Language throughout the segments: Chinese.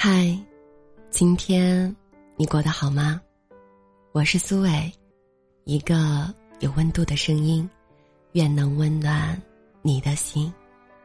嗨，今天你过得好吗？我是苏伟，一个有温度的声音，愿能温暖你的心。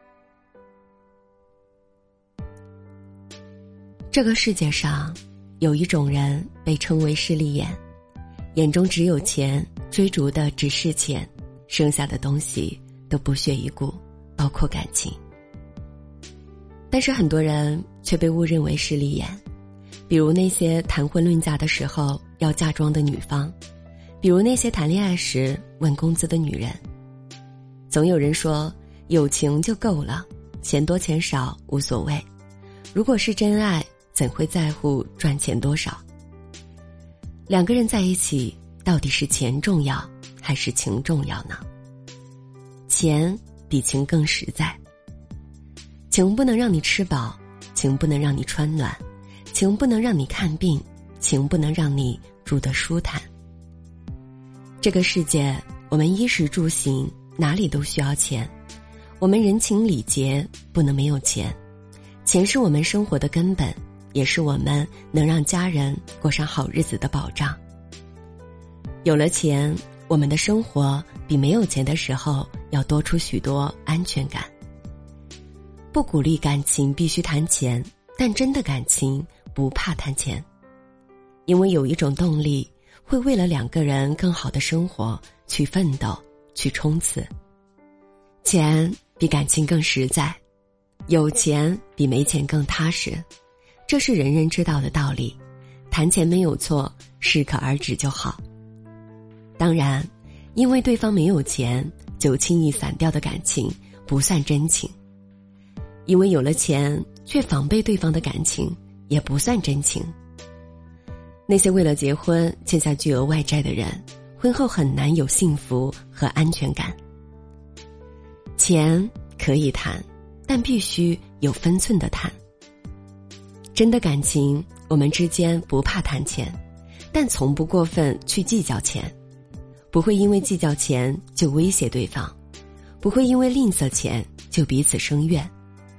这个世界上有一种人被称为势利眼，眼中只有钱，追逐的只是钱，剩下的东西都不屑一顾，包括感情。但是很多人却被误认为势利眼，比如那些谈婚论嫁的时候要嫁妆的女方，比如那些谈恋爱时问工资的女人。总有人说有情就够了，钱多钱少无所谓，如果是真爱，怎会在乎赚钱多少？两个人在一起，到底是钱重要还是情重要呢？钱比情更实在。情不能让你吃饱，情不能让你穿暖，情不能让你看病，情不能让你住得舒坦。这个世界，我们衣食住行哪里都需要钱，我们人情礼节不能没有钱。钱是我们生活的根本，也是我们能让家人过上好日子的保障。有了钱，我们的生活比没有钱的时候要多出许多安全感。不鼓励感情必须谈钱，但真的感情不怕谈钱，因为有一种动力会为了两个人更好的生活去奋斗，去冲刺。钱比感情更实在，有钱比没钱更踏实，这是人人知道的道理。谈钱没有错，适可而止就好。当然，因为对方没有钱就轻易散掉的感情不算真情，因为有了钱却防备对方的感情也不算真情。那些为了结婚欠下巨额外债的人，婚后很难有幸福和安全感。钱可以谈，但必须有分寸的谈。真的感情，我们之间不怕谈钱，但从不过分去计较钱，不会因为计较钱就威胁对方，不会因为吝啬钱就彼此生怨。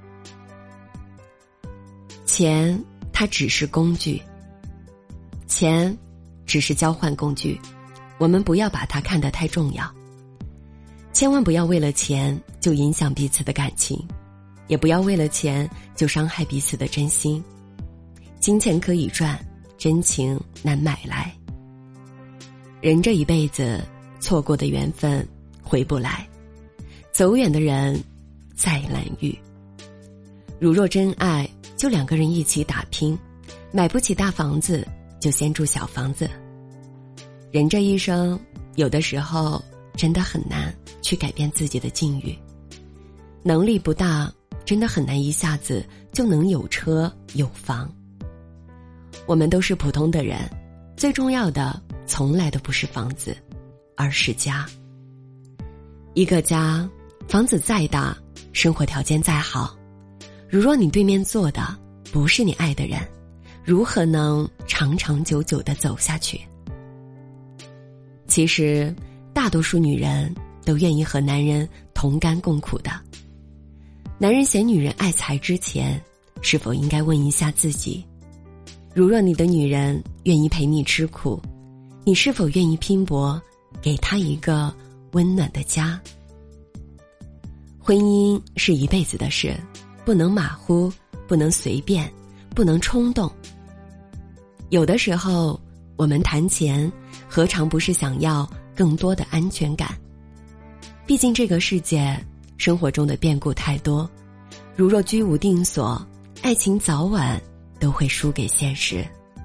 钱它只是工具，钱只是交换工具，我们不要把它看得太重要。千万不要为了钱就影响彼此的感情，也不要为了钱就伤害彼此的真心。金钱可以赚，真情难买来。人这一辈子，错过的缘分回不来，走远的人再难遇。如若真爱，就两个人一起打拼，买不起大房子就先住小房子。人这一生，有的时候真的很难去改变自己的境遇，能力不大，真的很难一下子就能有车有房。我们都是普通的人，最重要的从来都不是房子，而是家。一个家，房子再大，生活条件再好，如若你对面坐的不是你爱的人，如何能长长久久地走下去？其实，大多数女人都愿意和男人同甘共苦的。男人嫌女人爱财之前，是否应该问一下自己，如若你的女人愿意陪你吃苦，你是否愿意拼搏，给她一个温暖的家？婚姻是一辈子的事，不能马虎，不能随便，不能冲动。有的时候，我们谈钱，何尝不是想要更多的安全感？毕竟这个世界，生活中的变故太多，如若居无定所，爱情早晚都会输给现实。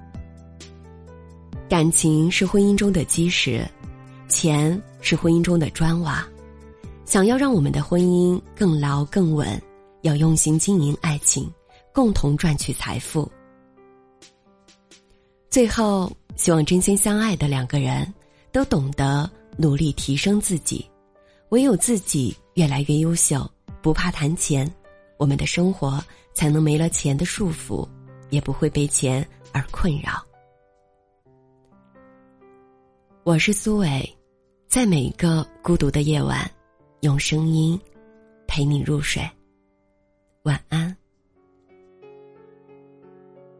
感情是婚姻中的基石，钱是婚姻中的砖瓦。想要让我们的婚姻更牢更稳，要用心经营爱情，共同赚取财富。最后，希望真心相爱的两个人都懂得努力提升自己，唯有自己越来越优秀，不怕谈钱，我们的生活才能没了钱的束缚，也不会被钱而困扰。我是苏伟，在每一个孤独的夜晚，用声音陪你入睡。晚安。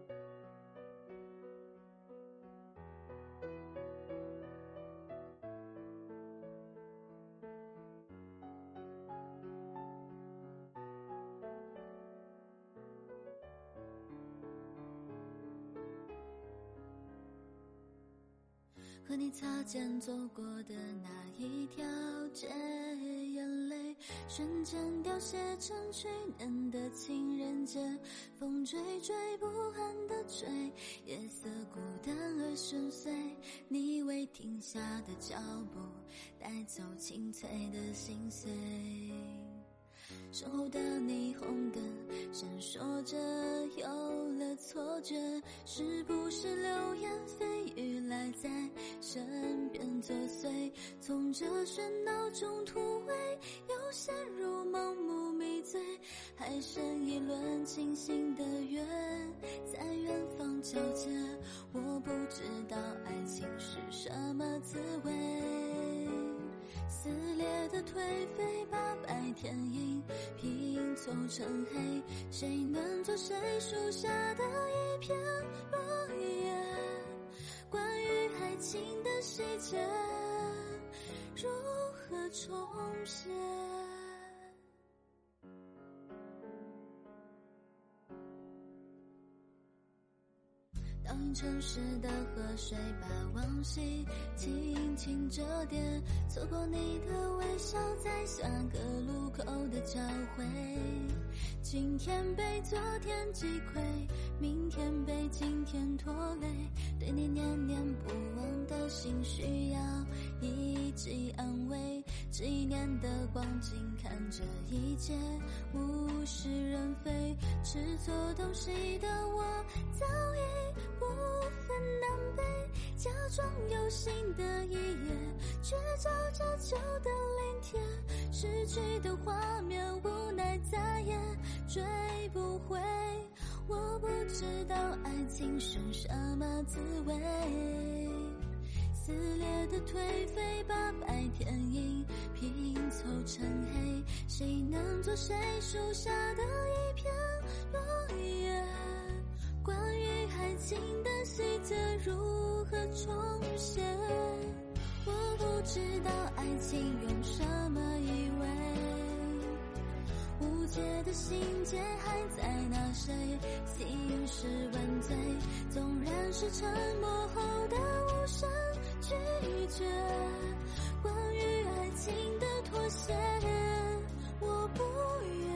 和你擦肩走过的那一条街，眼泪瞬间凋谢成去年的情人节，风追不安的追，夜色孤单而深邃，你未停下的脚步带走清脆的心碎，身后的霓虹灯闪烁着有了错觉，是不是流言蜚语来在身边作祟，从这喧闹中突围，又陷入盲目迷醉，还剩一轮清醒的月在远方皎洁，我不知道爱情是什么滋味，撕裂的颓废把白天阴拼凑成黑，谁能做谁属下的一片落叶，关于爱情的细节如何重现。倒映城市的河水，把往昔轻轻折叠，错过你的微笑，在下个路口的交汇，今天被昨天击溃，明天被今天拖累，对你念念不忘的心需要一记安慰，几年的光景看着一切物是人非，吃错东西的我早已不分南北，假装有新的一页，却照着旧的临帖，失去的画面无奈再也追不回，我不知道爱情是什么滋味，撕裂的颓废把白天阴拼凑成黑，谁能做谁属下的一片落叶，关于爱情的细节如何重现，我不知道爱情用什么依偎，无解的心结还在那谁，心事问罪，纵然是沉默后的无声拒绝，关于爱情的妥协我不愿